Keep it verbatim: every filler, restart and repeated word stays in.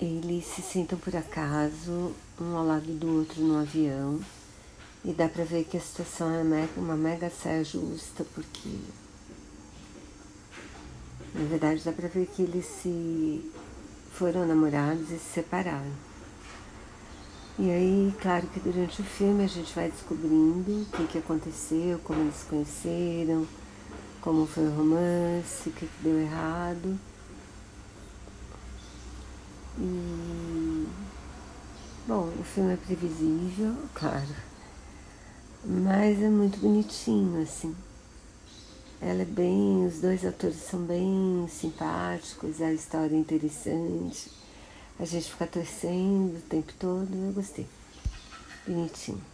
eles se sentam por acaso, um ao lado do outro no avião, e dá pra ver que a situação é uma mega saia justa, porque na verdade dá pra ver que eles se foram namorados e se separaram. E aí, claro que durante o filme a gente vai descobrindo o que, que aconteceu, como eles se conheceram, como foi o romance, o que, que deu errado. E, bom, o filme é previsível, claro, mas é muito bonitinho, assim. Ela é bem, os dois atores são bem simpáticos, a história é interessante, a gente fica torcendo o tempo todo, eu gostei, bonitinho.